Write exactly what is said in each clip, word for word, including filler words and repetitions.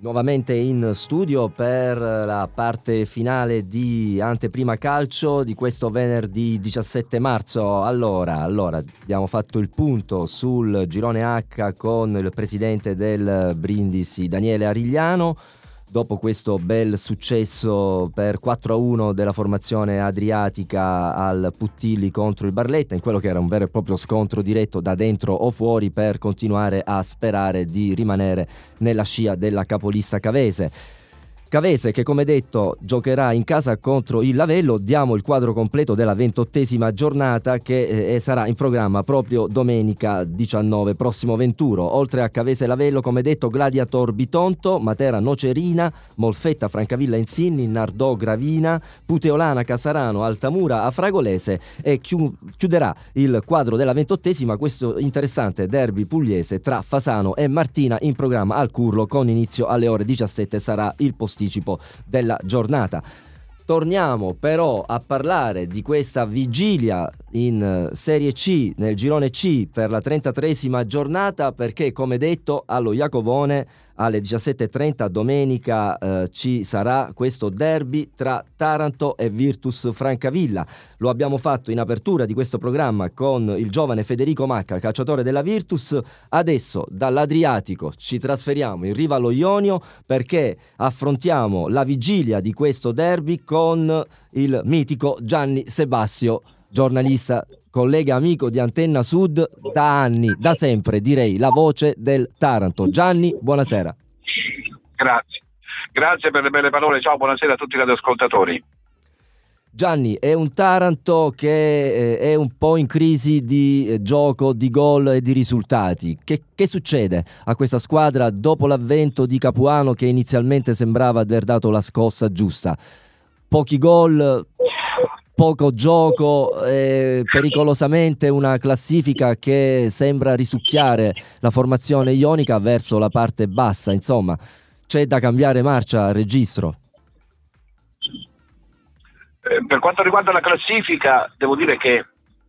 Nuovamente in studio per la parte finale di Anteprima Calcio di questo venerdì diciassette marzo. Allora, allora abbiamo fatto il punto sul girone H con il presidente del Brindisi, Daniele Arigliano. Dopo questo bel successo per quattro a uno della formazione adriatica al Puttilli contro il Barletta, in quello che era un vero e proprio scontro diretto da dentro o fuori per continuare a sperare di rimanere nella scia della capolista cavese. Cavese che, come detto, giocherà in casa contro il Lavello. Diamo il quadro completo della ventottesima giornata che eh, sarà in programma proprio domenica diciannove, prossimo venturo. Oltre a Cavese Lavello, come detto, Gladiator Bitonto, Matera Nocerina, Molfetta Francavilla Insinni, Nardò Gravina, Puteolana Casarano, Altamura Afragolese, e chiu- chiuderà il quadro della ventottesima questo interessante derby pugliese tra Fasano e Martina, in programma al Curlo con inizio alle ore diciassette. Sarà il posticipo della giornata. Torniamo però a parlare di questa vigilia in Serie C, nel girone C, per la trentatreesima giornata, perché, come detto, allo Iacovone alle diciassette e trenta domenica eh, ci sarà questo derby tra Taranto e Virtus Francavilla. Lo abbiamo fatto in apertura di questo programma con il giovane Federico Macca, calciatore della Virtus. Adesso dall'Adriatico ci trasferiamo in riva allo Ionio perché affrontiamo la vigilia di questo derby con il mitico Gianni Sebastio, giornalista, collega amico di Antenna Sud da anni, da sempre direi, la voce del Taranto. Gianni, buonasera. Grazie, grazie per le belle parole. Ciao, buonasera a tutti gli ascoltatori. Gianni, è un Taranto che è un po' in crisi di gioco, di gol e di risultati. Che, che succede a questa squadra dopo l'avvento di Capuano, che inizialmente sembrava aver dato la scossa giusta? Pochi gol, poco gioco, eh, pericolosamente una classifica che sembra risucchiare la formazione ionica verso la parte bassa. Insomma, c'è da cambiare marcia al registro. Eh, per quanto riguarda la classifica, devo dire che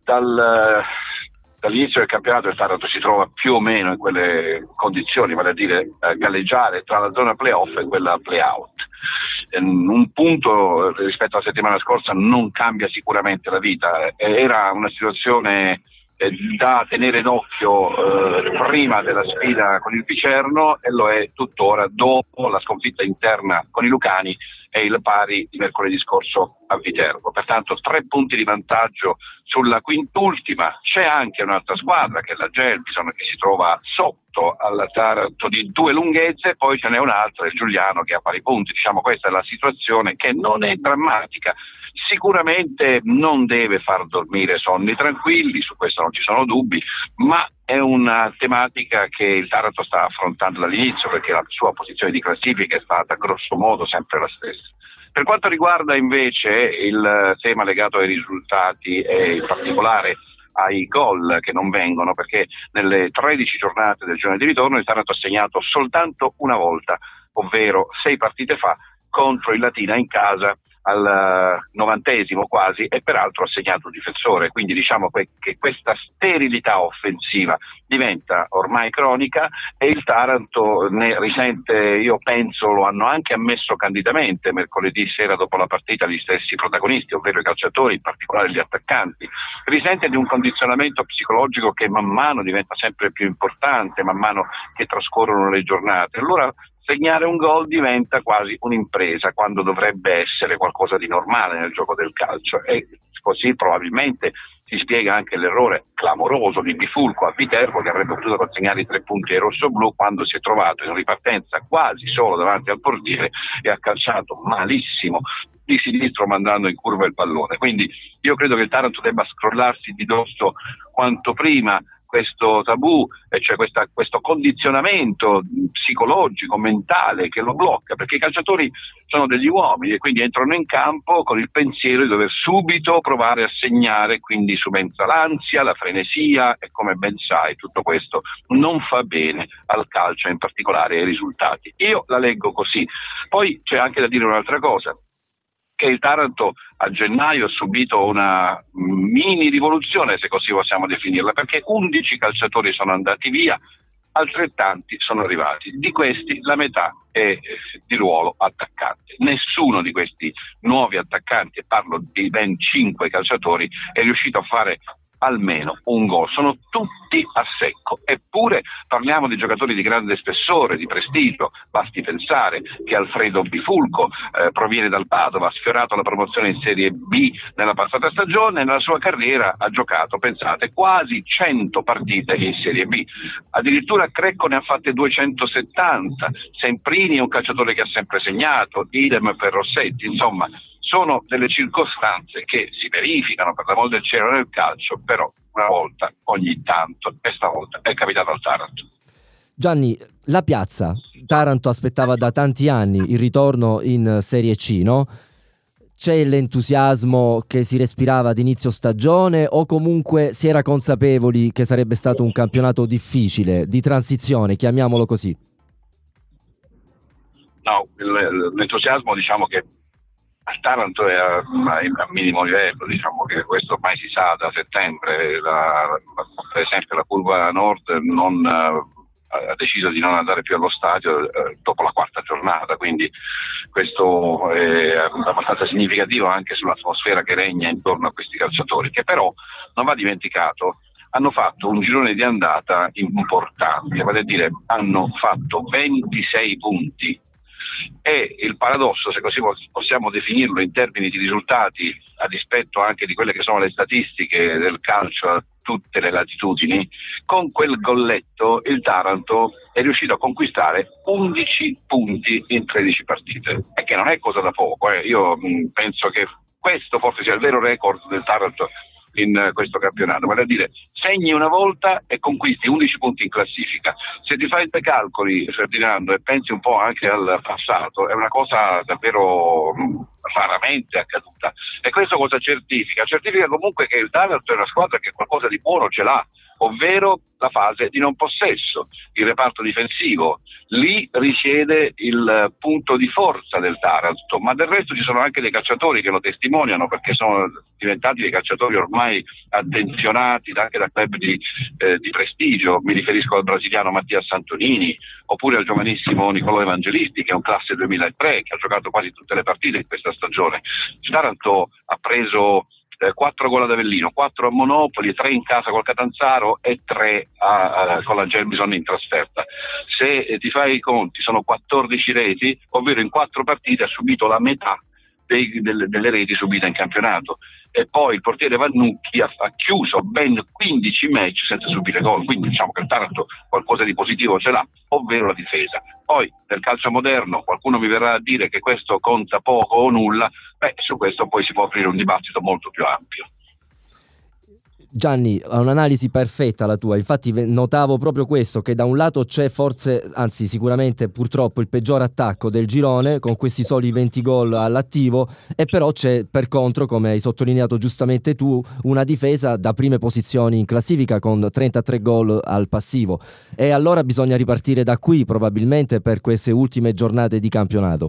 dal, dall'inizio del campionato il Taranto si trova più o meno in quelle condizioni, vale a dire eh, galleggiare tra la zona playoff e quella playout. Eh, un punto rispetto alla settimana scorsa non cambia sicuramente la vita. Eh, era una situazione eh, da tenere d'occhio eh, prima della sfida con il Picerno, e lo è tuttora dopo la sconfitta interna con i Lucani e il pari di mercoledì scorso a Viterbo. Pertanto tre punti di vantaggio sulla quintultima. C'è anche un'altra squadra, che è la Gelbison, che si trova sotto al Taranto di due lunghezze, poi ce n'è un'altra, il Giuliano, che ha pari punti. Diciamo, questa è la situazione, che non è drammatica. Sicuramente non deve far dormire sonni tranquilli, su questo non ci sono dubbi, ma è una tematica che il Taranto sta affrontando dall'inizio, perché la sua posizione di classifica è stata grosso modo sempre la stessa. Per quanto riguarda invece il tema legato ai risultati e in particolare ai gol che non vengono, perché nelle tredici giornate del girone di ritorno il Taranto ha segnato soltanto una volta, ovvero sei partite fa contro il Latina in casa al novantesimo quasi, e peraltro ha segnato un difensore. Quindi diciamo che questa sterilità offensiva diventa ormai cronica, e il Taranto ne risente, io penso lo hanno anche ammesso candidamente mercoledì sera dopo la partita gli stessi protagonisti, ovvero i calciatori, in particolare gli attaccanti, risente di un condizionamento psicologico che man mano diventa sempre più importante, man mano che trascorrono le giornate. Allora segnare un gol diventa quasi un'impresa, quando dovrebbe essere qualcosa di normale nel gioco del calcio, e così probabilmente si spiega anche l'errore clamoroso di Bifulco a Viterbo, che avrebbe potuto consegnare i tre punti ai rossoblù, quando si è trovato in ripartenza quasi solo davanti al portiere e ha calciato malissimo di sinistro, mandando in curva il pallone. Quindi io credo che il Taranto debba scrollarsi di dosso quanto prima questo tabù, cioè questa, questo condizionamento psicologico, mentale, che lo blocca, perché i calciatori sono degli uomini e quindi entrano in campo con il pensiero di dover subito provare a segnare, quindi subentra l'ansia, la frenesia, e come ben sai tutto questo non fa bene al calcio, in particolare ai risultati. Io la leggo così. Poi c'è anche da dire un'altra cosa, che il Taranto a gennaio ha subito una mini rivoluzione, se così possiamo definirla, perché undici calciatori sono andati via, altrettanti sono arrivati. Di questi la metà è eh, di ruolo attaccante. Nessuno di questi nuovi attaccanti, e parlo di ben cinque calciatori, è riuscito a fare almeno un gol. Sono tutti a secco, eppure parliamo di giocatori di grande spessore, di prestigio. Basti pensare che Alfredo Bifulco eh, proviene dal Padova, ha sfiorato la promozione in Serie B nella passata stagione e nella sua carriera ha giocato, pensate, quasi cento partite in Serie B. Addirittura Crecco ne ha fatte duecentosettanta. Semprini è un calciatore che ha sempre segnato, idem per Rossetti. Insomma, sono delle circostanze che si verificano per l'amor del cielo nel calcio, però una volta ogni tanto, e stavolta è capitato al Taranto. Gianni, la piazza, Taranto aspettava da tanti anni il ritorno in Serie C, no? C'è l'entusiasmo che si respirava ad inizio stagione o comunque si era consapevoli che sarebbe stato un campionato difficile, di transizione, chiamiamolo così? No, l'entusiasmo, diciamo che al Taranto è a, a minimo livello, diciamo che questo ormai si sa da settembre. La, la, per esempio la curva nord non, uh, ha deciso di non andare più allo stadio uh, dopo la quarta giornata, quindi questo è abbastanza significativo anche sull'atmosfera che regna intorno a questi calciatori, che però non va dimenticato. Hanno fatto un girone di andata importante, vale a dire hanno fatto ventisei punti. E il paradosso, se così possiamo definirlo in termini di risultati, a dispetto anche di quelle che sono le statistiche del calcio a tutte le latitudini, con quel golletto il Taranto è riuscito a conquistare undici punti in tredici partite, e che non è cosa da poco. Eh. Io mh, penso che questo forse sia il vero record del Taranto in questo campionato, vale a dire segni una volta e conquisti undici punti in classifica. Se ti fai dei calcoli, Ferdinando, e pensi un po' anche al passato, è una cosa davvero mh, raramente accaduta. E questo cosa certifica? Certifica comunque che il Taranto è una squadra che qualcosa di buono ce l'ha, ovvero la fase di non possesso, il reparto difensivo. Lì risiede il punto di forza del Taranto, ma del resto ci sono anche dei calciatori che lo testimoniano, perché sono diventati dei calciatori ormai attenzionati anche da club di, eh, di prestigio. Mi riferisco al brasiliano Mattia Santonini, oppure al giovanissimo Nicolò Evangelisti, che è un classe duemilatré, che ha giocato quasi tutte le partite in questa stagione. Il Taranto ha preso quattro gol ad Avellino, quattro a Monopoli, tre in casa col Catanzaro e tre a, a, con la Gelbison in trasferta. Se eh, ti fai i conti, sono quattordici reti, ovvero in quattro partite ha subito la metà dei, delle, delle reti subite in campionato. E poi il portiere Vannucchi ha, ha chiuso ben quindici match senza subire gol, quindi diciamo che il Taranto qualcosa di positivo ce l'ha, ovvero la difesa. Poi nel calcio moderno qualcuno mi verrà a dire che questo conta poco o nulla. Beh, su questo poi si può aprire un dibattito molto più ampio. Gianni, ha un'analisi perfetta la tua, infatti notavo proprio questo, che da un lato c'è forse, anzi sicuramente purtroppo il peggior attacco del girone con questi soli venti gol all'attivo, e però c'è per contro, come hai sottolineato giustamente tu, una difesa da prime posizioni in classifica con trentatré gol al passivo, e allora bisogna ripartire da qui probabilmente per queste ultime giornate di campionato.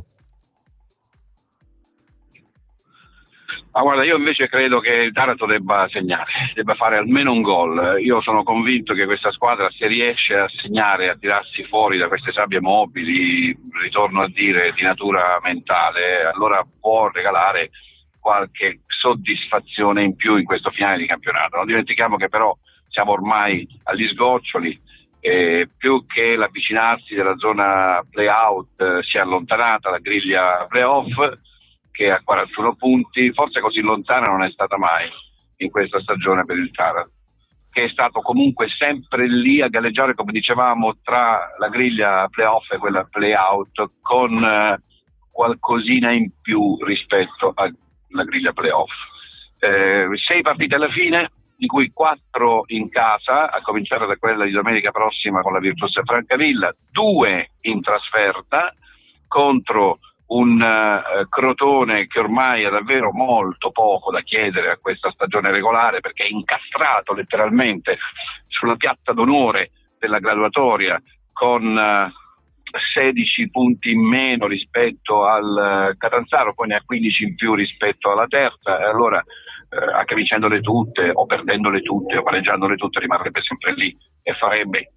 Ma guarda, io invece credo che il Taranto debba segnare, debba fare almeno un gol. Io sono convinto che questa squadra, se riesce a segnare, a tirarsi fuori da queste sabbie mobili, ritorno a dire di natura mentale, allora può regalare qualche soddisfazione in più in questo finale di campionato. Non dimentichiamo che però siamo ormai agli sgoccioli, e più che l'avvicinarsi della zona play-out eh, si è allontanata la griglia play-off, che a quarantuno punti, forse così lontana non è stata mai in questa stagione per il Taranto, che è stato comunque sempre lì a galleggiare, come dicevamo, tra la griglia play-off e quella play-out, con eh, qualcosina in più rispetto alla griglia play-off. Eh, sei partite alla fine, di cui quattro in casa, a cominciare da quella di domenica prossima con la Virtus Francavilla, due in trasferta contro un uh, Crotone che ormai ha davvero molto poco da chiedere a questa stagione regolare, perché è incastrato letteralmente sulla piatta d'onore della graduatoria con uh, sedici punti in meno rispetto al uh, Catanzaro, poi ne ha quindici in più rispetto alla terza, e allora uh, anche vincendole tutte o perdendole tutte o pareggiandole tutte rimarrebbe sempre lì e farebbe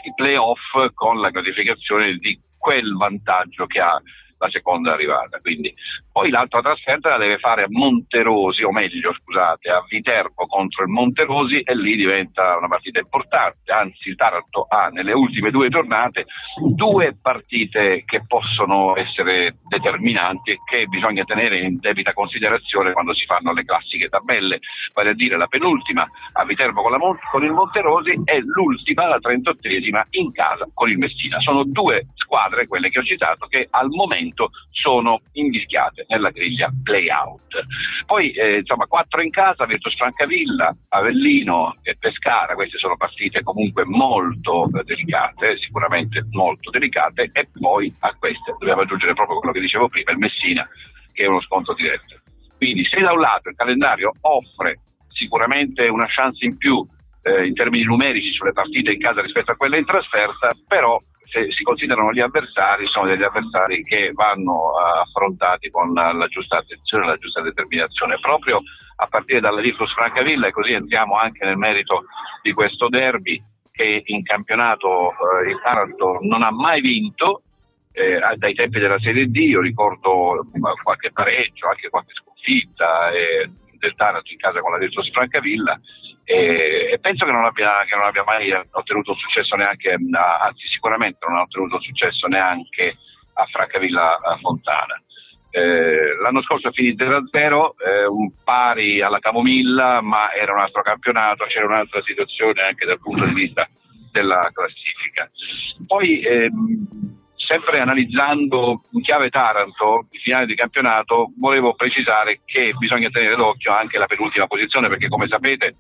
i play-off con la gratificazione di quel vantaggio che ha la seconda arrivata. Quindi poi l'altra trasferta la deve fare a Monterosi, o meglio scusate a Viterbo contro il Monterosi, e lì diventa una partita importante. Anzi, il Taranto ha nelle ultime due giornate due partite che possono essere determinanti e che bisogna tenere in debita considerazione quando si fanno le classiche tabelle, vale a dire la penultima a Viterbo con, la Mon- con il Monterosi e l'ultima, la trentottesima, in casa con il Messina. Sono due squadre, quelle che ho citato, che al momento sono invischiate nella griglia play-out. Poi eh, insomma quattro in casa, Virtus Francavilla, Avellino e Pescara. Queste sono partite comunque molto eh, delicate, sicuramente molto delicate, e poi a queste dobbiamo aggiungere proprio quello che dicevo prima, il Messina, che è uno scontro diretto. Quindi se da un lato il calendario offre sicuramente una chance in più eh, in termini numerici sulle partite in casa rispetto a quelle in trasferta, però se si considerano gli avversari, sono degli avversari che vanno uh, affrontati con la, la giusta attenzione e la giusta determinazione, proprio a partire dalla Virtus Francavilla, e così entriamo anche nel merito di questo derby che in campionato uh, il Taranto non ha mai vinto eh, dai tempi della Serie D. Io ricordo uh, qualche pareggio, anche qualche sconfitta eh, del Taranto in casa con la Virtus Francavilla, e, e penso che non abbia, che non abbia mai ottenuto un successo neanche, anzi sicuramente non ha ottenuto successo neanche a Francavilla a Fontana. Eh, l'anno scorso finì zero a zero, eh, un pari alla Camomilla, ma era un altro campionato, c'era un'altra situazione anche dal punto di vista della classifica. Poi ehm, sempre analizzando in chiave Taranto il finale di campionato, volevo precisare che bisogna tenere d'occhio anche la penultima posizione, perché come sapete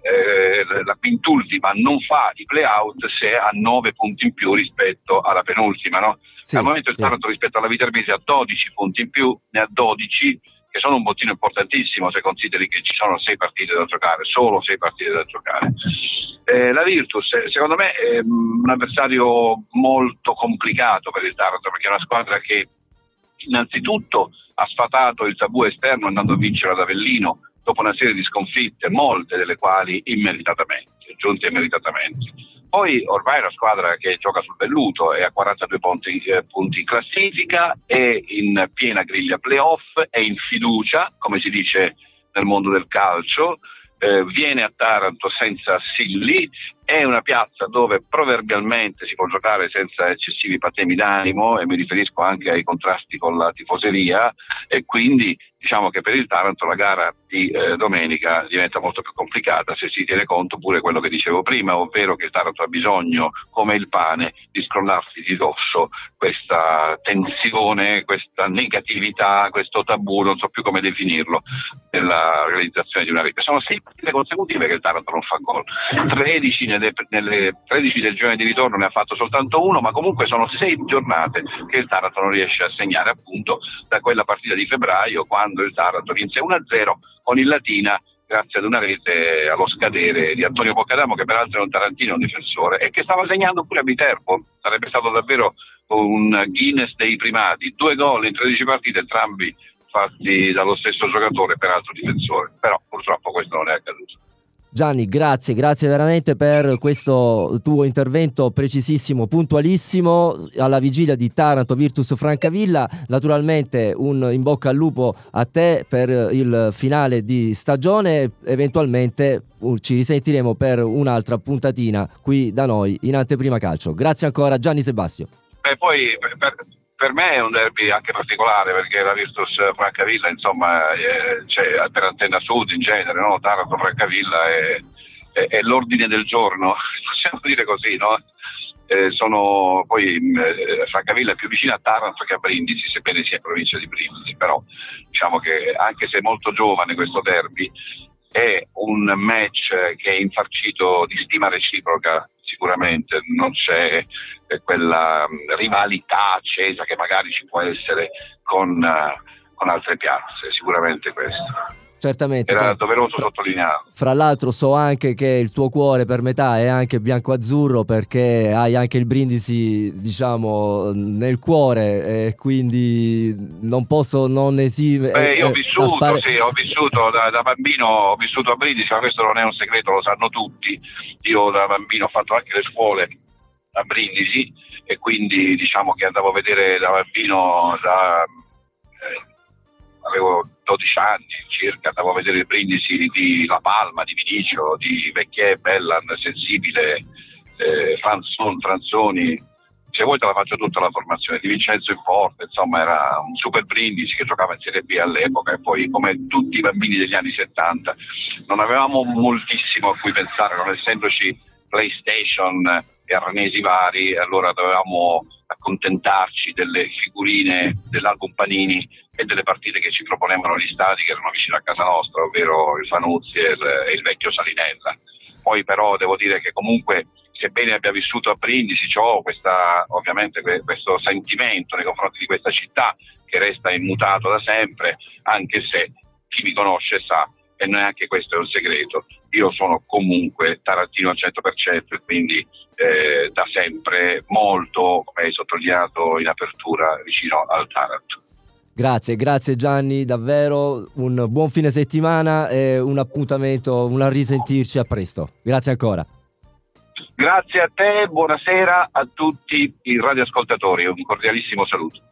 eh, la quintultima non fa i play-out se ha nove punti in più rispetto alla penultima, no? Sì, al momento il sì. Taranto rispetto alla Viterbese ha dodici punti in più, ne ha dodici, che sono un bottino importantissimo se consideri che ci sono sei partite da giocare, solo sei partite da giocare. Eh, la Virtus secondo me è un avversario molto complicato per il Taranto, perché è una squadra che innanzitutto ha sfatato il tabù esterno andando a vincere ad Avellino dopo una serie di sconfitte, molte delle quali immeritatamente, giunte immeritatamente. Poi ormai è una squadra che gioca sul velluto, è a quarantadue punti, eh, punti in classifica, è in piena griglia playoff, è in fiducia, come si dice nel mondo del calcio, eh, viene a Taranto senza assilli, è una piazza dove proverbialmente si può giocare senza eccessivi patemi d'animo, e mi riferisco anche ai contrasti con la tifoseria, e quindi diciamo che per il Taranto la gara di eh, domenica diventa molto più complicata se si tiene conto pure quello che dicevo prima, ovvero che il Taranto ha bisogno, come il pane, di scrollarsi di dosso questa tensione, questa negatività, questo tabù, non so più come definirlo, nella realizzazione di una rete. Sono sei partite consecutive che il Taranto non fa gol, tredici nelle, nelle tredici del girone di ritorno ne ha fatto soltanto uno, ma comunque sono sei giornate che il Taranto non riesce a segnare, appunto da quella partita di febbraio, quando il Taranto vinse uno a zero con il Latina grazie ad una rete allo scadere di Antonio Boccadamo, che peraltro è un tarantino, un difensore, e che stava segnando pure a Viterbo. Sarebbe stato davvero un Guinness dei primati, due gol in tredici partite, entrambi fatti dallo stesso giocatore, peraltro difensore, però purtroppo questo non è accaduto. Gianni, grazie, grazie veramente per questo tuo intervento precisissimo, puntualissimo, alla vigilia di Taranto Virtus Francavilla. Naturalmente un in bocca al lupo a te per il finale di stagione, eventualmente ci risentiremo per un'altra puntatina qui da noi in Anteprima Calcio. Grazie ancora Gianni Sebastio. E poi per, per me è un derby anche particolare, perché la Virtus Francavilla, insomma, è, c'è per Antenna Sud in genere, no? Taranto Francavilla è, è, è l'ordine del giorno, possiamo dire così, no? Eh, sono poi eh, Francavilla è più vicina a Taranto che a Brindisi, sebbene sia in provincia di Brindisi, però diciamo che anche se è molto giovane questo derby è un match che è infarcito di stima reciproca. Sicuramente non c'è eh, quella um, rivalità accesa che magari ci può essere con, uh, con altre piazze, sicuramente questo. Certamente. Era cioè, doveroso fra, sottolinearlo. Fra l'altro so anche che il tuo cuore per metà è anche bianco-azzurro, perché hai anche il Brindisi, diciamo, nel cuore, e quindi non posso non esimere. Beh, io ho vissuto, fare... sì, ho vissuto da, da bambino, ho vissuto a Brindisi, ma questo non è un segreto, lo sanno tutti. Io da bambino ho fatto anche le scuole a Brindisi, e quindi diciamo che andavo a vedere da bambino, da, eh, avevo dodici anni circa, andavo a vedere Brindisi di La Palma, di Vinicio, di Vecchiè, Bellan, Sensibile, eh, Franzon, Franzoni, se vuoi te la faccio tutta la formazione, di Vincenzo in Forte, insomma era un super Brindisi che giocava in Serie B all'epoca, e poi come tutti i bambini degli anni settanta non avevamo moltissimo a cui pensare, non essendoci PlayStation e arnesi vari, allora dovevamo accontentarci delle figurine dell'album Panini e delle partite che ci proponevano gli stadi che erano vicino a casa nostra, ovvero il Fanuzzi e il, e il vecchio Salinella. Poi però devo dire che comunque, sebbene abbia vissuto a Brindisi, ho questa, ovviamente questo sentimento nei confronti di questa città che resta immutato da sempre, anche se chi mi conosce sa, e neanche questo è un segreto, io sono comunque tarantino al cento per cento, e quindi eh, da sempre molto, come hai sottolineato in apertura, vicino al Taranto. Grazie, grazie Gianni, davvero un buon fine settimana e un appuntamento, un risentirci a presto. Grazie ancora. Grazie a te, buonasera a tutti i radioascoltatori, un cordialissimo saluto.